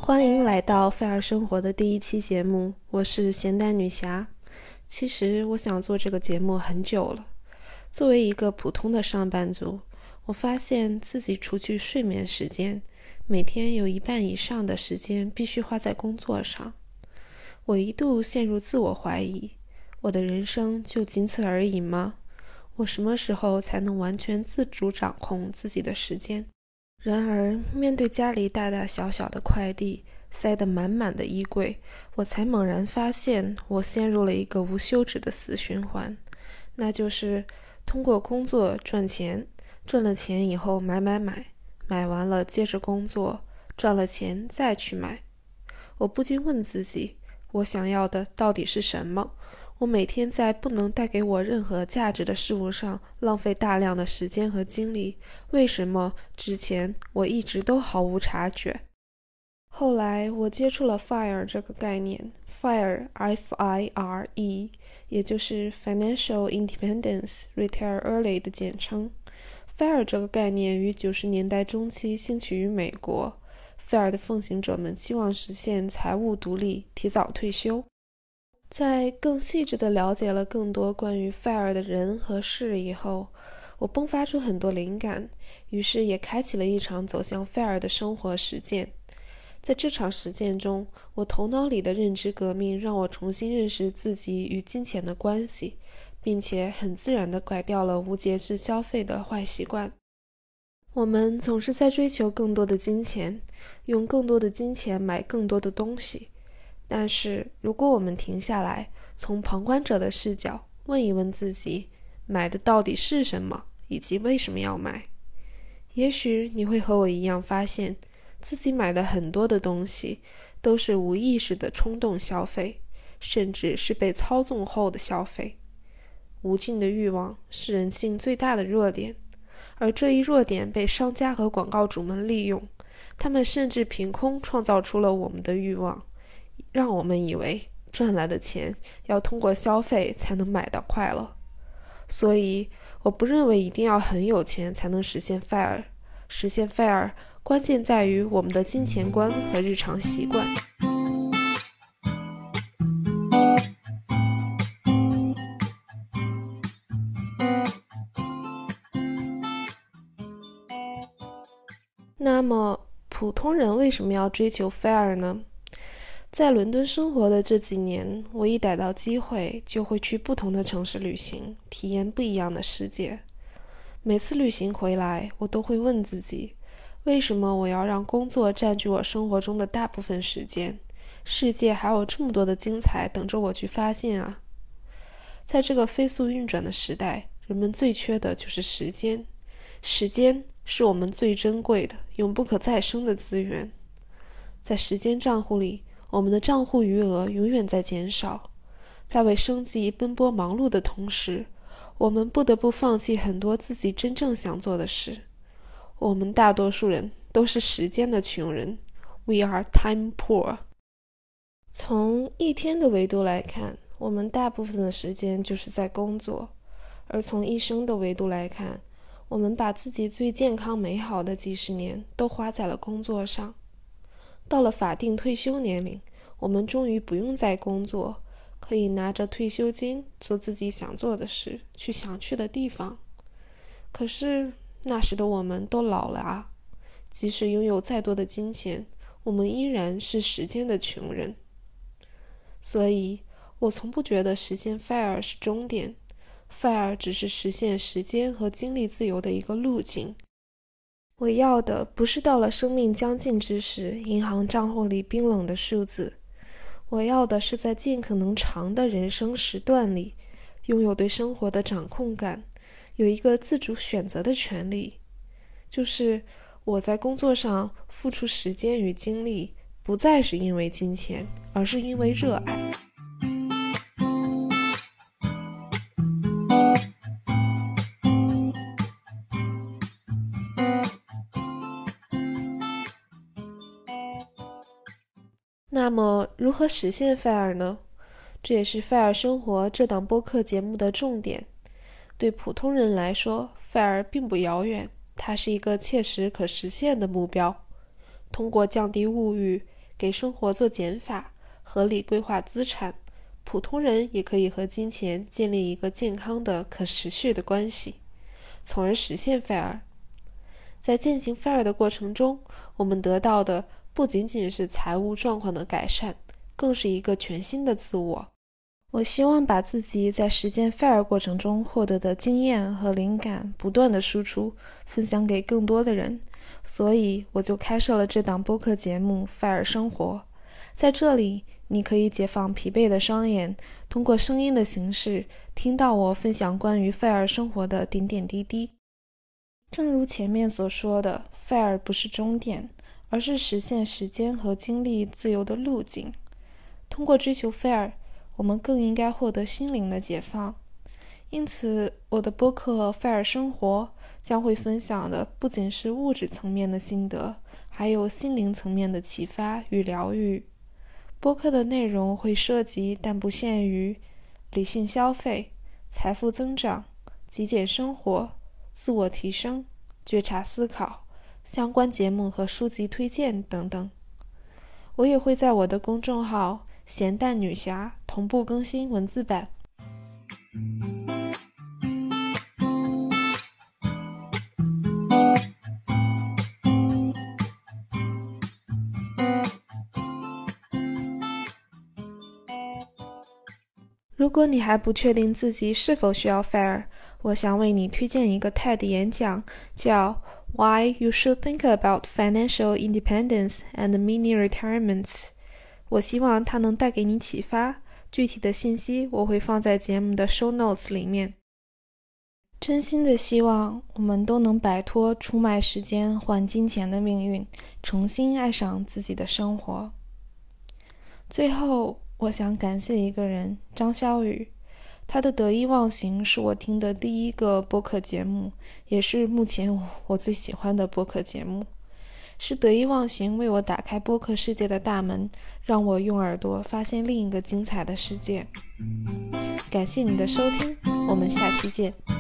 欢迎来到费尔生活的第一期节目，我是咸蛋女侠。其实我想做这个节目很久了。作为一个普通的上班族，我发现自己除去睡眠时间，每天有一半以上的时间必须花在工作上。我一度陷入自我怀疑，我的人生就仅此而已吗？我什么时候才能完全自主掌控自己的时间？然而，面对家里大大小小的快递，塞得满满的衣柜，我才猛然发现，我陷入了一个无休止的死循环，那就是通过工作赚钱，赚了钱以后买，买完了接着工作，赚了钱再去买。我不禁问自己，我想要的到底是什么？我每天在不能带给我任何价值的事物上浪费大量的时间和精力，为什么之前我一直都毫无察觉？后来我接触了 FIRE 这个概念， FIRE F-I-R-E 也就是 Financial Independence Retire Early 的简称。 FIRE 这个概念于90年代中期兴起于美国， FIRE 的奉行者们期望实现财务独立，提早退休。在更细致地了解了更多关于 FIRE 的人和事以后，我迸发出很多灵感，于是也开启了一场走向 FIRE 的生活实践。在这场实践中，我头脑里的认知革命让我重新认识自己与金钱的关系，并且很自然地改掉了无节制消费的坏习惯。我们总是在追求更多的金钱，用更多的金钱买更多的东西。但是如果我们停下来，从旁观者的视角问一问自己，买的到底是什么，以及为什么要买，也许你会和我一样发现，自己买的很多的东西都是无意识的冲动消费，甚至是被操纵后的消费。无尽的欲望是人性最大的弱点，而这一弱点被商家和广告主们利用，他们甚至凭空创造出了我们的欲望，让我们以为赚来的钱要通过消费才能买到快乐。所以我不认为一定要很有钱才能实现 FIRE， 实现 FIRE 关键在于我们的金钱观和日常习惯。那么普通人为什么要追求 FIRE 呢？在伦敦生活的这几年，我一逮到机会就会去不同的城市旅行，体验不一样的世界。每次旅行回来，我都会问自己，为什么我要让工作占据我生活中的大部分时间？世界还有这么多的精彩等着我去发现啊！在这个飞速运转的时代，人们最缺的就是时间。时间是我们最珍贵的、永不可再生的资源。在时间账户里，我们的账户余额永远在减少。在为生计奔波忙碌的同时，我们不得不放弃很多自己真正想做的事。我们大多数人都是时间的穷人， We are time poor。 从一天的维度来看，我们大部分的时间就是在工作，而从一生的维度来看，我们把自己最健康美好的几十年都花在了工作上。到了法定退休年龄，我们终于不用再工作，可以拿着退休金做自己想做的事，去想去的地方。可是那时的我们都老了啊，即使拥有再多的金钱，我们依然是时间的穷人。所以我从不觉得实现 FIRE 是终点， FIRE 只是实现时间和精力自由的一个路径。我要的不是到了生命将尽之时，银行账户里冰冷的数字，我要的是在尽可能长的人生时段里，拥有对生活的掌控感，有一个自主选择的权利。就是我在工作上付出时间与精力，不再是因为金钱，而是因为热爱。那么如何实现 FIRE 呢？这也是 FIRE 生活这档播客节目的重点。对普通人来说， FIRE 并不遥远，它是一个切实可实现的目标。通过降低物欲， 给生活做减法，合理规划资产，普通人也可以和金钱建立一个健康的、可持续的关系，从而实现 FIRE。在践行 FIRE 的过程中，我们得到的不仅仅是财务状况的改善，更是一个全新的自我。我希望把自己在实践 FIRE 过程中获得的经验和灵感不断的输出，分享给更多的人，所以我就开设了这档播客节目 FIRE 生活。在这里，你可以解放疲惫的双眼，通过声音的形式听到我分享关于 FIRE 生活的点点滴滴。正如前面所说的， FIRE 不是终点，而是实现时间和精力自由的路径。通过追求 FIRE， 我们更应该获得心灵的解放。因此，我的播客 FIRE 生活将会分享的不仅是物质层面的心得，还有心灵层面的启发与疗愈。播客的内容会涉及但不限于理性消费、财富增长、极简生活、自我提升、觉察思考、相关节目和书籍推荐等等。我也会在我的公众号咸蛋女侠同步更新文字版。如果你还不确定自己是否需要 FIRE， 我想为你推荐一个 TED 演讲，叫 Why You Should Think About Financial Independence and Mini Retirements。 我希望它能带给你启发，具体的信息我会放在节目的 show notes 里面。真心的希望我们都能摆脱出卖时间换金钱的命运，重新爱上自己的生活。最后，我想感谢一个人，张潇雨。他的得意忘形是我听的第一个播客节目，也是目前我最喜欢的播客节目。是得意忘形为我打开播客世界的大门，让我用耳朵发现另一个精彩的世界。感谢你的收听，我们下期见。